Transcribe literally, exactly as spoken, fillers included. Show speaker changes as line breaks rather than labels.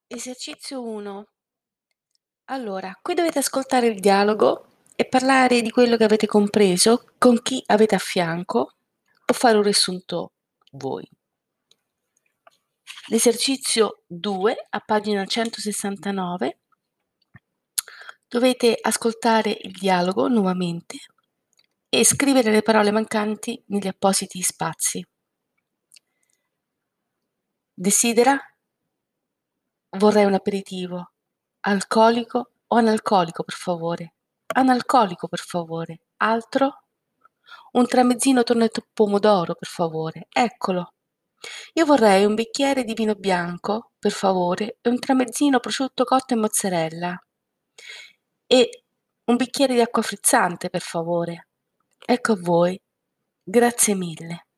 Esercizio uno. Allora, qui dovete ascoltare il dialogo e parlare di quello che avete compreso con chi avete a fianco o fare un riassunto voi. L'esercizio due, a pagina centosessantanove, dovete ascoltare il dialogo nuovamente e scrivere le parole mancanti negli appositi spazi. Desidera? Vorrei un aperitivo. Alcolico o analcolico, per favore? Analcolico, per favore. Altro? Un tramezzino tonno e pomodoro, per favore. Eccolo. Io vorrei un bicchiere di vino bianco, per favore, e un tramezzino prosciutto cotto e mozzarella. E un bicchiere di acqua frizzante, per favore. Ecco a voi. Grazie mille.